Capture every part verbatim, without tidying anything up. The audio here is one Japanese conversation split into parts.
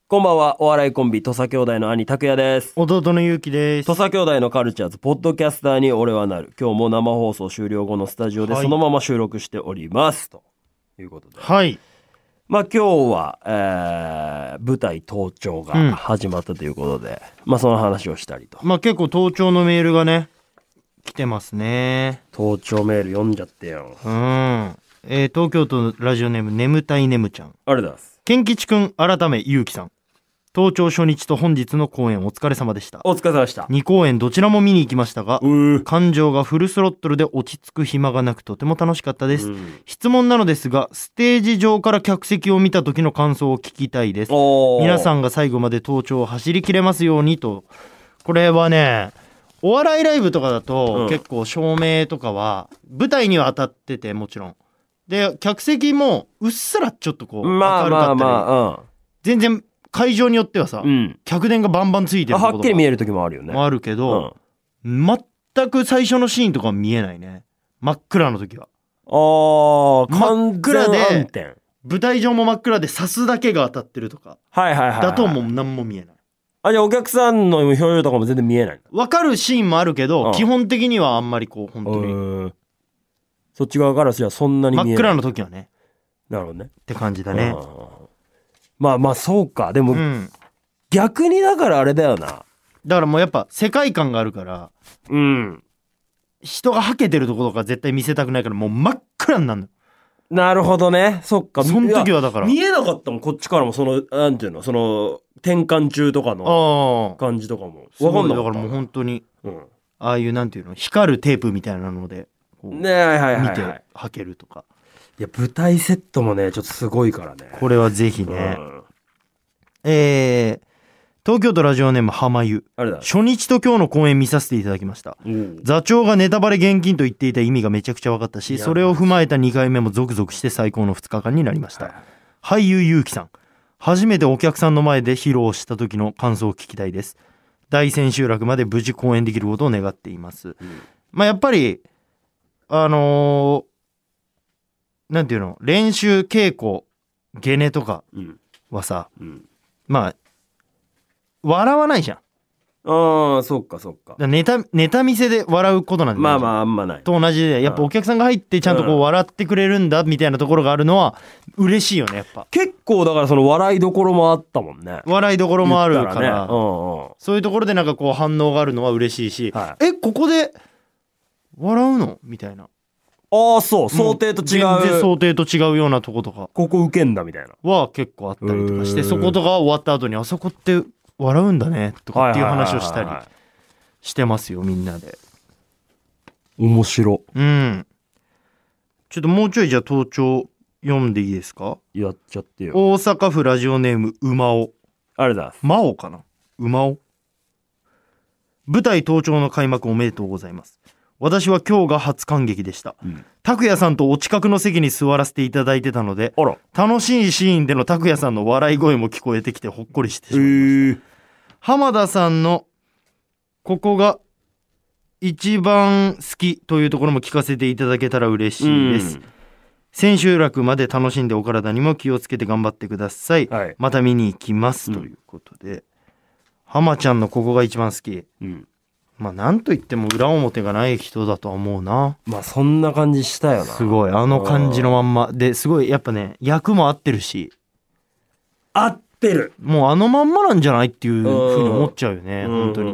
こんばんは、お笑いコンビ土佐兄弟の兄拓也です。 弟のゆうきです。 土佐兄弟のカルチャーズポッドキャスターに俺はなる。今日も生放送終了後のスタジオでそのまま収録しております、はい、ということで、 はい。 まあ今日は、えー、舞台登頂が始まったということで、うん、まあその話をしたりと。 まあ結構登頂のメールがね来てますね。 登頂メール読んじゃってよ。 うん。えー、東京都ラジオネーム眠たいねむちゃん。 ありがとうございます。 ケンキチくん改めゆうきさん。登頂初日と本日の公演お疲れ様でした。 お疲れ様でした。 に公演どちらも見に行きましたが、感情がフルスロットルで落ち着く暇がなくとても楽しかったです。質問なのですが、ステージ上から客席を見た時の感想を聞きたいです。皆さんが最後まで登頂を走りきれますようにと。これはね、お笑いライブとかだと、うん、結構照明とかは舞台には当たってて、もちろんで客席もうっすらちょっとこう明るかったり、まあまあまあ、うん、全然会場によってはさ、うん、客電がバンバンついてるところはっきり見える時もあるよね。 あるけど、うん、全く最初のシーンとかは見えないね。真っ暗の時は。 あー、 真っ暗で舞台上も真っ暗でサスだけが当たってるとか、 はいはいはいはい、 だともう何も見えない。 あ、じゃあお客さんの表情とかも全然見えない。 分かるシーンもあるけど、うん、基本的にはあんまりこう本当にそっち側からすりゃそんなに見えない。 真っ暗の時はね。 なるほどねって感じだね。 まあまあそうか。でも、うん、逆にだからあれだよな。だからもうやっぱ世界観があるから、 うん、 人がはけてるところとか絶対見せたくないからもう真っ暗になるの。 なるほどね。そっか。 その時はだから見えなかったもん。こっちからもそのなんていうの、その転換中とかの感じとかも分かんなかった。 だからもう本当に、うん、ああいうなんていうの、光るテープみたいなのでこうね、はいはいはいはい、 見てはけるとか。 いや舞台セットもねちょっとすごいからね。 これはぜひね。うん、えー、東京都ラジオネーム浜湯。初日と今日の公演見させていただきました。座長がネタバレ厳禁と言っていた意味がめちゃくちゃ分かったし、それを踏まえたにかいめもゾクゾクして最高のふつかかんになりました。俳優ゆうきさん、初めてお客さんの前で披露した時の感想を聞きたいです。大千秋楽まで無事公演できることを願っています。うん、まあやっぱりあのーなんていうの、練習稽古ゲネとかはさ、うんうん、まあ笑わないじゃん。 ああ、そっかそっか。 ネタネタ見せで笑うことなんてまあまああんまないと同じで、やっぱお客さんが入ってちゃんとこう笑ってくれるんだみたいなところがあるのは嬉しいよね。やっぱ結構だからその笑いどころもあったもんね。 笑いどころもあるから、 ね、うんうん、 そういうところでなんかこう反応があるのは嬉しいし、はい、えここで笑うのみたいな。 ああ、そう、想定と違う、 全然想定と違うようなとことかここ受けんだみたいなは結構あったりとかして、そことか終わった後にあそこって笑うんだねとかっていう話をしたりしてますよ、みんなで。 面白。 うん。ちょっともうちょいじゃあ登頂読んでいいですか。 やっちゃってよ。 大阪府ラジオネーム馬尾。 あれだ。 馬尾かな。馬尾。舞台登頂の開幕おめでとうございます。私は今日が初観劇でした。拓也、うん、さんとお近くの席に座らせていただいてたので、楽しいシーンでの拓也さんの笑い声も聞こえてきてほっこりしてしまいました。浜田さんのここが一番好きというところも聞かせていただけたら嬉しいです。千秋楽まで楽しんでお体にも気をつけて頑張ってください。はい、また見に行きます、うん、ということで、浜ちゃんのここが一番好き。うん、まあなんといっても裏表がない人だとは思うな。 まあそんな感じしたよな。 すごいあの感じのまんまですごいやっぱね、役も合ってるし、 合ってる、 もうあのまんまなんじゃないっていう風に思っちゃうよね、本当に。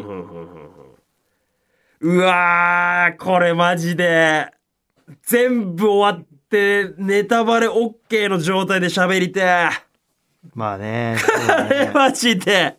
うわー、これマジで全部終わってネタバレ OK の状態で喋りて。 まあね、 あれマジで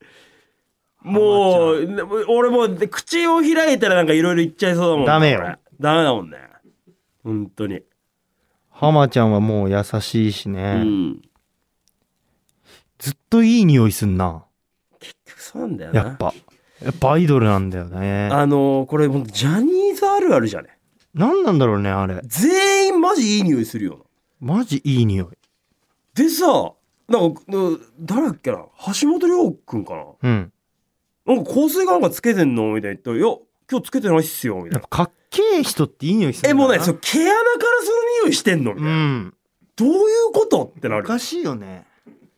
もう俺もう口を開いたらなんかいろいろ言っちゃいそうだもん。 ダメよ。 ダメだもんね。本当に。 浜ちゃんはもう優しいしね。うん、ずっといい匂いすんな。 結局そうなんだよな。 やっぱやっぱアイドルなんだよね。 あのー、これジャニーズあるあるじゃね。 なんなんだろうねあれ。 全員マジいい匂いするよな。マジいい匂い。 でさ、なんか誰だっけな、橋本涼くんかな。うん。なんか香水がなんかつけてんのみたいな言ったら、いや今日つけてないっすよみたいな。 かっけえ人っていい匂いするんだな。 え、もうね、そう毛穴からその匂いしてんのみたいな、うん、どういうことってなる。 おかしいよね。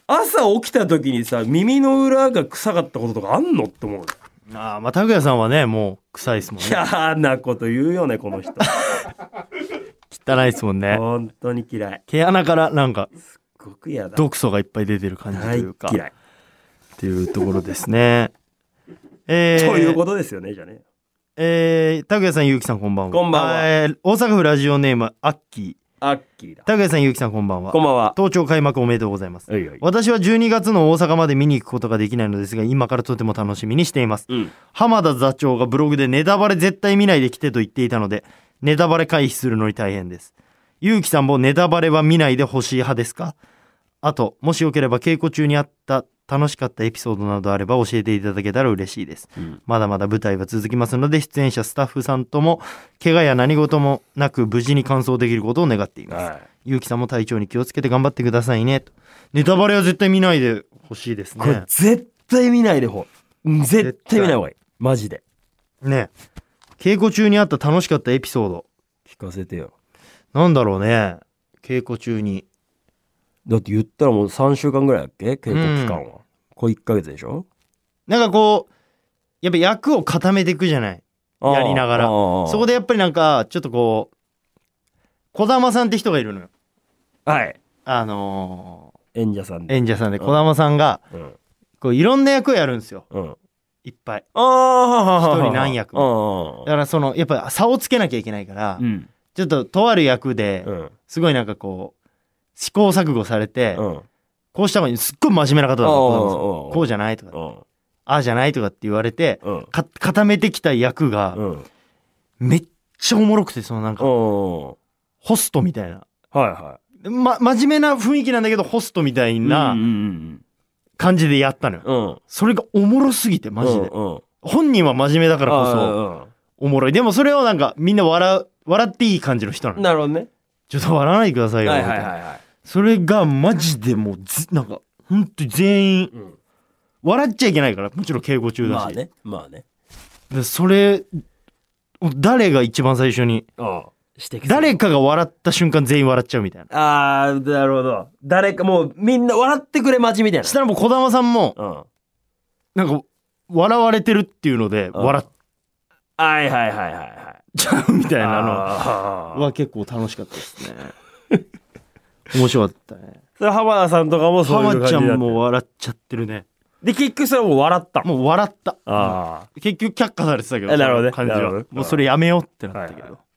朝起きた時にさ耳の裏が臭かったこととかあんのって思う。 ああ、まあ拓也さんはねもう臭いですもんね。 嫌なこと言うよねこの人。 汚いですもんね。 本当に嫌い。 毛穴からなんかすっごく嫌だ。 毒素がいっぱい出てる感じというか。 嫌い。 っていうところですね。えー、 そういうことですよねじゃね。 えー、拓也さん、ゆうきさん、こんばんは。 こんばんは。 えー、大阪府ラジオネーム、アッキー。 アッキーだ。 拓也さん、ゆうきさん、こんばんは。 こんばんは。 登頂開幕おめでとうございます。 おいおい。 私はじゅうにがつの大阪まで見に行くことができないのですが、今からとても楽しみにしています。うん、浜田座長がブログでネタバレ絶対見ないで来てと言っていたので、ネタバレ回避するのに大変です。ゆうきさんもネタバレは見ないでほしい派ですか？あと、もしよければ稽古中にあった楽しかったエピソードなどあれば教えていただけたら嬉しいです、うん、まだまだ舞台は続きますので、出演者スタッフさんとも怪我や何事もなく無事に完走できることを願っています、はい、ゆうきさんも体調に気をつけて頑張ってくださいねと。ネタバレは絶対見ないでほしいですね。 これ絶対見ないでほ絶対見ない方がいいマジでね。稽古中にあった楽しかったエピソード聞かせてよ。 なんだろうね。稽古中にだって言ったらもうさんしゅうかんぐらいだっけ稽古期間は、うん、これいっかげつでしょ。 なんかこうやっぱ役を固めていくじゃない、やりながら。そこでやっぱりなんかちょっとこう児玉さんって人がいるのよ。 はい。 あのー、演者さんで演者さんで児玉さんが、うん、こういろんな役をやるんですよ、うん、いっぱい。あ一人何役も。だからそのやっぱ差をつけなきゃいけないから、うん、ちょっととある役ですごいなんかこう試行錯誤されて、うん、こうした方がいい、すっごい真面目な方だったんですよ。こうじゃないとか、ああじゃないとかって言われて、うん、か固めてきた役が、うん、めっちゃおもろくて、そのなんかホストみたいな、はいはい、ま、真面目な雰囲気なんだけどホストみたいな感じでやったのよ、うん、それがおもろすぎてマジで、うんうん、本人は真面目だからこそおもろい。でもそれをなんかみんな笑う笑っていい感じの人なの。 なるほどね。 ちょっと笑わないでくださいよみたいな、はいはいはいはい、それがマジでもうずなんかほんと全員、うん、笑っちゃいけないから、もちろん稽古中だし。まあねまあね。でそれ誰が一番最初に誰かが笑った瞬間全員笑っちゃうみたいな。 あーなるほど。誰かもうみんな笑ってくれ待ちみたいな。 したらもう児玉さんも、うん、なんか笑われてるっていうので笑っ、うん、 はいはいはいはいはいちゃうみたいなのは結構楽しかったですね。面白かったね。 それ浜田さんとかもそういう感じだった。 浜ちゃんも笑っちゃってるね。 で結局それもう笑った。 もう笑った。あ結局却下されてたけど。 なるほどね。 感じはもうそれやめようってなったけど、はいはい、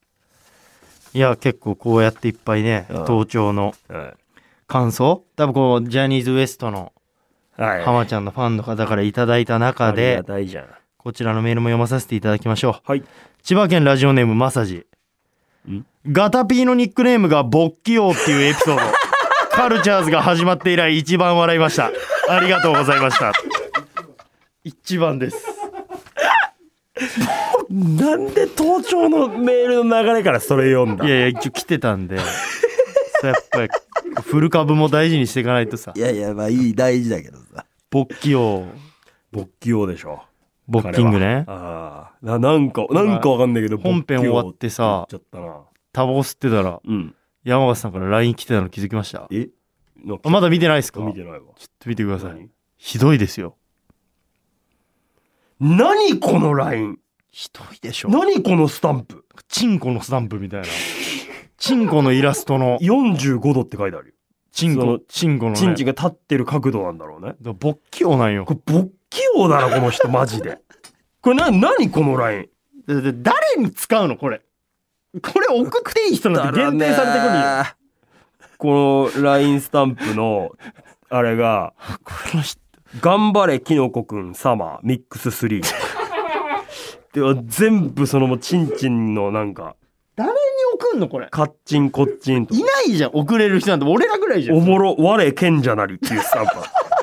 いや結構こうやっていっぱいね、登頂の感想、多分こうジャニーズ ウエストの浜ちゃんのファンの方からいただいた中で、 ありがたいじゃん。 こちらのメールも読まさせていただきましょう。はい。千葉県ラジオネームマサジ。ガタピーのニックネームがボッキ王っていうエピソード。カルチャーズが始まって以来一番笑いました。ありがとうございました。一番です。 なんで登頂のメールの流れからそれ読んだ？ いやいや一応来てたんで。やっぱりフル株も大事にしていかないとさ。 いやいやまあいい大事だけどさ。 ボッキ王。 ボッキ王でしょ。 ボッキングね。 ああ、な、なんか、なんかわかんないけど、 本編終わってさ、タバコ吸ってたら、うん、山形さんから ライン 来てたの気づきました？えまだ見てないですか？ 見てないわ。ちょっと見てください。ひどいですよ。 何この ライン？ ひどいでしょ。 何このスタンプ？ チンコのスタンプみたいな。チンコのイラストの。 よんじゅうごどって書いてあるよ。 チンコ、チンコのね。 チンチンが立ってる角度なんだろうね。 ボッキ王なんよ。 これボッキ王だな、この人、マジで。これな、何この ライン？ 誰に使うのこれ。これ送っていい人なんて限定されてくるよ。 この ライン スタンプの、あれが、頑張れキノコくんサマーミックススリー。では全部そのもうチンチンのなんか。 誰に送んのこれ。 カッチンコッチンと。 いないじゃん、送れる人なんて。俺らぐらいじゃん。 おもろ、我賢者なりっていうスタンプ。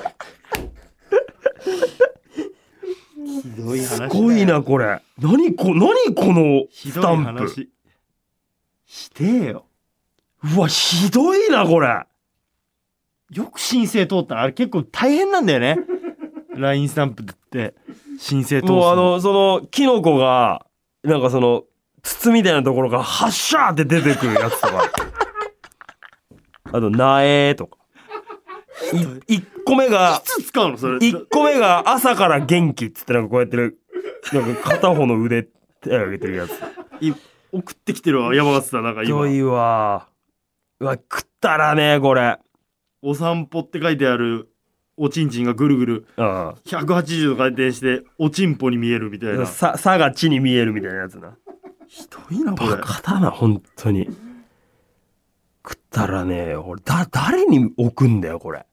ひどい話。 すごいなこれ。何こ何このスタンプ。 してえよ。 うわひどいなこれ。 よく申請通ったらあれ結構大変なんだよね。ライン スタンプって申請通すの。 もうあのそのキノコがなんかその筒みたいなところからハッシャーって出てくるやつとか。あと苗とか。 いっこめがいつ使うのそれ。 いっこめが朝から元気っつってなんかこうやってるなんか片方の腕手上げてるやつい送ってきてるわ山形さんなんか今。 ひどいわ。うわ食ったらねこれ。 お散歩って書いてあるおちんちんがぐるぐるあひゃくはちじゅうど回転しておちんぽに見えるみたいな。 ささが地に見えるみたいなやつな。 ひどいなこれ。 バカだな本当に。食ったらね俺だ誰に置くんだよこれ。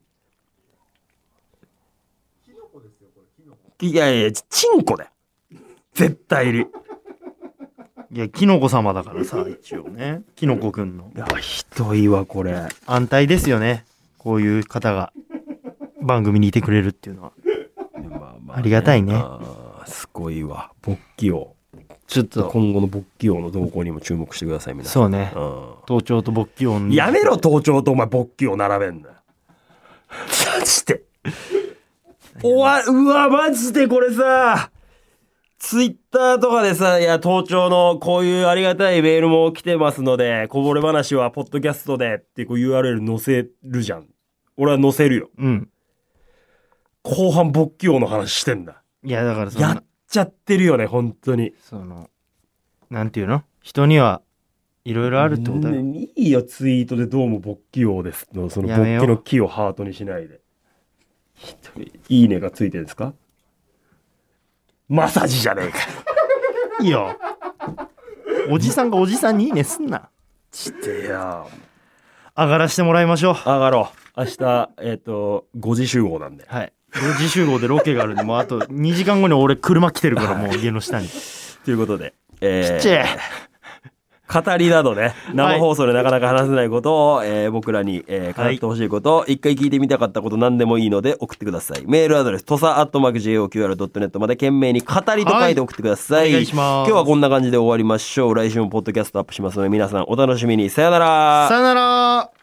いやいやチンコだよ絶対に。 いやキノコ様だからさ一応ねキノコくんの。 いやひどいわこれ。 安泰ですよねこういう方が番組にいてくれるっていうのは。 まあまあね、 ありがたいね。 あすごいわ勃起王。 ちょっと今後の勃起王の動向にも注目してください皆さん。 そうね。 うん、 頭頂と勃起音。 やめろ頭頂とお前勃起王並べんだよ。マジで。おわうわマジでこれさツイッターとかでさいや頭頂のこういうありがたいメールも来てますのでこぼれ話はポッドキャストでってこう ユーアールエル 載せるじゃん。俺は載せるよ。 うん後半勃起王の話してんだ。 いやだからそやっちゃってるよね本当に。 そのなんていうの人にはいろいろあるってことだよ。 いいよツイートでどうも勃起王ですのその勃やめよう起の木をハートにしないで。一人いいねがついてるんですか。マッサージじゃねえか。 いいよおじさんがおじさんにいいねすんな。 してや上がらしてもらいましょう。 上がろう明日えっ、ー、とごじ集合なんで。 はいごじ集合でロケがあるんでもうあとにじかんごに俺車来てるからもう家の下にということで、えー、 ちっちゃい語りなどね生放送でなかなか話せないことを、えー、僕らに、えー、語ってほしいこと、はい、一回聞いてみたかったこと何でもいいので送ってください。メールアドレスとさアットマーク ジェイオーキューアールドットネット まで懸命に語りと書いて送ってください、 はい、お願いします。 今日はこんな感じで終わりましょう。来週もポッドキャストアップしますので皆さんお楽しみに。さよなら。 さよなら。